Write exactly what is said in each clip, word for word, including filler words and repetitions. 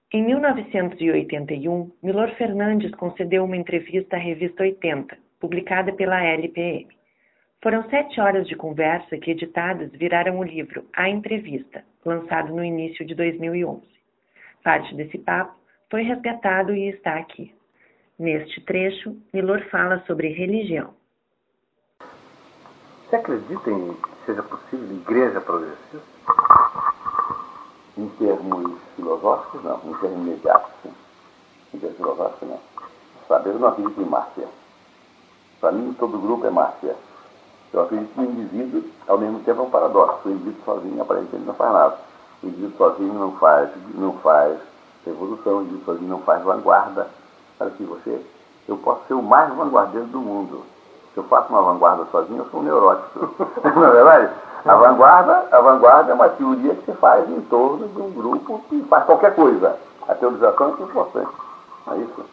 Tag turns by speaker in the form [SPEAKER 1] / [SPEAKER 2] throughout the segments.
[SPEAKER 1] Em mil novecentos e oitenta e um, Milor Fernandes concedeu uma entrevista à revista oitenta, publicada pela L P M. Foram sete horas de conversa que, editadas, viraram o livro A Entrevista, lançado no início de dois mil e onze. Parte desse papo foi resgatado e está aqui. Neste trecho, Milor fala sobre religião.
[SPEAKER 2] Você acredita em que seja possível igreja progressista? Em termos filosóficos, não. Em termos imediatos, sim. Em termos filosóficos, não. Sabe, eu não acredito em máfia. Para mim, todo grupo é máfia. Eu acredito que o indivíduo, ao mesmo tempo, é um paradoxo. O indivíduo sozinho, aparentemente, não faz nada. O indivíduo sozinho não faz, não faz revolução, o indivíduo sozinho não faz vanguarda. Olha aqui, você, eu posso ser o mais vanguardeiro do mundo. Se eu faço uma vanguarda sozinho, eu sou um neurótico. Não é verdade? A vanguarda, a vanguarda é uma teoria que se faz em torno de um grupo que faz qualquer coisa. A teorização é muito importante, não é isso?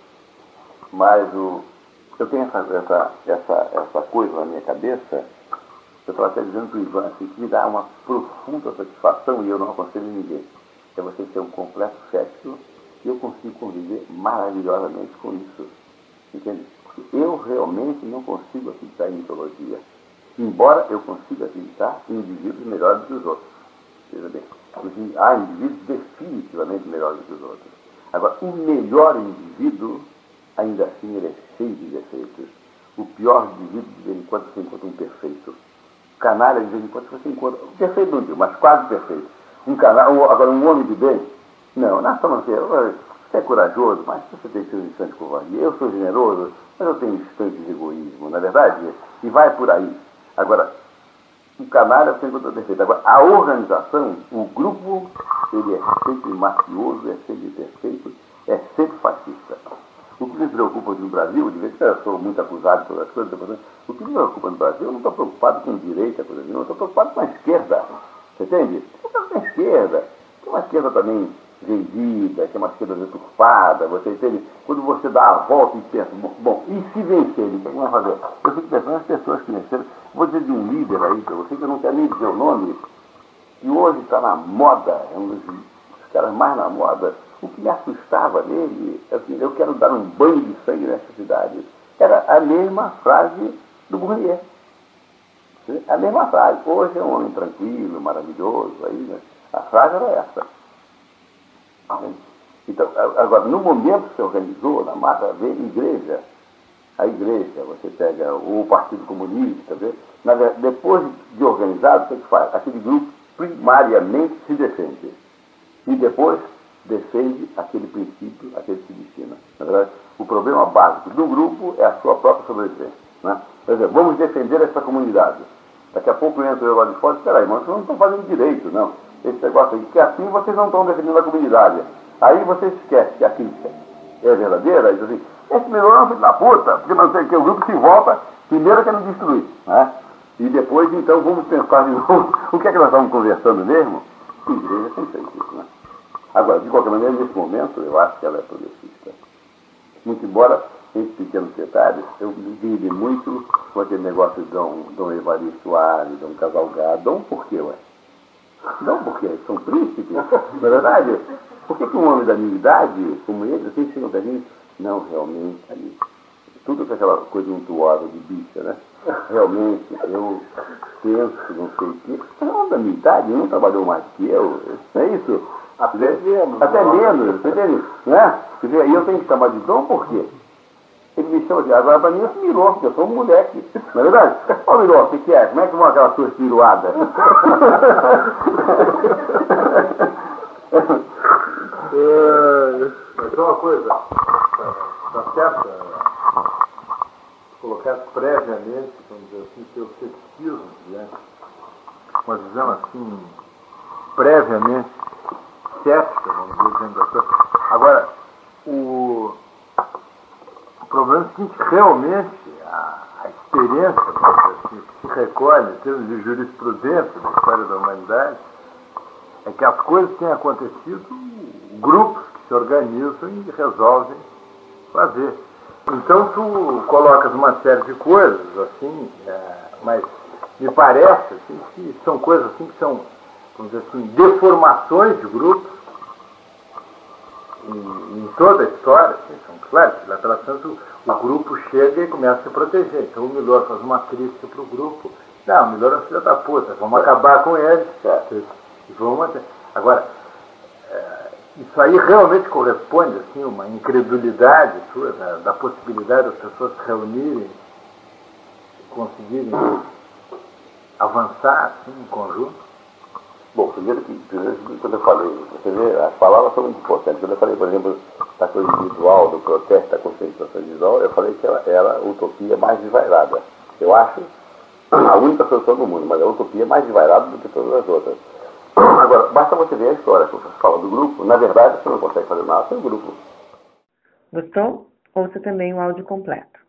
[SPEAKER 2] Mas o, eu tenho essa, essa, essa, essa coisa na minha cabeça, eu estava até dizendo para o Ivan, assim, que me dá uma profunda satisfação e eu não aconselho ninguém. É você ser um completo cético e eu consigo conviver maravilhosamente com isso. Entende? Porque eu realmente não consigo acreditar em mitologia. Embora eu consiga acreditar em indivíduos melhores do que os outros. Veja bem, há indivíduos definitivamente melhores do que os outros. Agora, o melhor indivíduo, ainda assim, ele é cheio de defeitos. O pior indivíduo, de vez em quando, você encontra um perfeito. O canalha, de vez em quando, você encontra um perfeito, não digo, mas quase perfeito. Um canalha, agora, um homem de bem, não, na sua maneira, você é corajoso, mas você tem seus instantes de covardia. Eu sou generoso, mas eu tenho instantes de egoísmo, não é verdade? E vai por aí. Agora, o canalha tem contra defeito. Agora, a organização, o grupo, ele é sempre mafioso, é sempre perfeito, é sempre fascista. O que me preocupa no Brasil, de vez em quando eu sou muito acusado de todas as coisas, o que me preocupa no Brasil, eu não estou preocupado com direita, coisa nenhuma, eu estou preocupado com a esquerda. Você entende? Eu estou com a esquerda. Tem uma esquerda também vendida, que é uma esquerda deturpada, você entende? Quando você dá a volta e pensa, bom, bom e se vencerem, o que vai fazer? Eu fico pensando nas pessoas que venceram. Vou dizer de um líder aí para você, que eu não quero nem dizer o nome, que hoje está na moda, é um dos caras mais na moda. O que me assustava nele, assim, eu quero dar um banho de sangue nessa cidade, era a mesma frase do Bourdieu. A mesma frase. Hoje é um homem tranquilo, maravilhoso, aí, né? A frase era essa. Então, agora, no momento que se organizou, na mata, veio a igreja, a igreja, você pega o Partido Comunista, vê? Na, depois de organizado, o que é que faz? Aquele grupo primariamente se defende. E depois defende aquele princípio, aquele que se destina. Na verdade, o problema básico do grupo é a sua própria sobrevivência. Né? Por exemplo, vamos defender essa comunidade. Daqui a pouco entra eu lá de fora e diz, peraí, mas vocês não estão fazendo direito, não. Esse negócio aí, que assim vocês não estão defendendo a comunidade. Aí você esquece que a crítica é verdadeira, e diz assim, esse melhor é um filho da puta, porque não sei o que, o grupo se volta, primeiro quer nos destruir, né? E depois, então, vamos pensar de novo, o que é que nós estamos conversando mesmo? A igreja tem feito isso, né? Agora, de qualquer maneira, nesse momento, eu acho que ela é progressista. Muito embora, entre pequenos detalhes, eu vivi muito com aquele negócio de Dom, Dom Evaristo Soares, Dom Casalgado, Dom por quê, ué? Não, porque são príncipes, não é verdade? Por que, que um homem da minha idade, como ele, assim, chega pra mim? Não, realmente, ali, tudo com aquela coisa untuosa de bicha, né? Realmente, eu penso, não sei o quê. Mas é um homem da minha idade, não trabalhou mais que eu, não é isso?
[SPEAKER 3] Até menos.
[SPEAKER 2] Até menos, você entende? Né? Quer dizer, aí eu tenho que chamar de Dom por quê? Ele me chama de agora para mim eu sou Milor, porque eu sou um moleque. Não é verdade? Ô Milor, o que, que é? Como é que vão aquelas suas piruadas?
[SPEAKER 3] é, mas uma coisa, está certo? Colocar previamente, vamos dizer assim, seu ceticismo, né? Uma visão assim, previamente cética, vamos dizer, dentro da coisa. Agora, o. O problema é o seguinte, realmente a, a experiência assim, que se recolhe em termos de jurisprudência da história da humanidade é que as coisas têm acontecido grupos que se organizam e resolvem fazer. Então tu colocas uma série de coisas assim, é, mas me parece assim, que são coisas assim que são, vamos dizer assim, deformações de grupos em, em toda a história, então, claro, lá pelas tantas o, o grupo chega e começa a se proteger. Então o Milor faz uma crítica para o grupo. Não, o Milor é um filho da puta, vamos acabar com ele. E vamos... Agora, é, isso aí realmente corresponde assim, a uma incredulidade sua, da, da possibilidade das pessoas se reunirem e conseguirem avançar assim, em conjunto?
[SPEAKER 2] Bom, primeiro que, primeiro que quando eu falei, você vê, as palavras são muito importantes. Quando eu falei, por exemplo, da coisa individual, do protesto, da conscientização individual, eu falei que ela era a utopia mais desvairada. Eu acho a única solução do mundo, mas a utopia mais desvairada do que todas as outras. Agora, basta você ver a história que você fala do grupo, na verdade você não consegue fazer nada sem o grupo.
[SPEAKER 1] Gostou? Ouça também o áudio completo.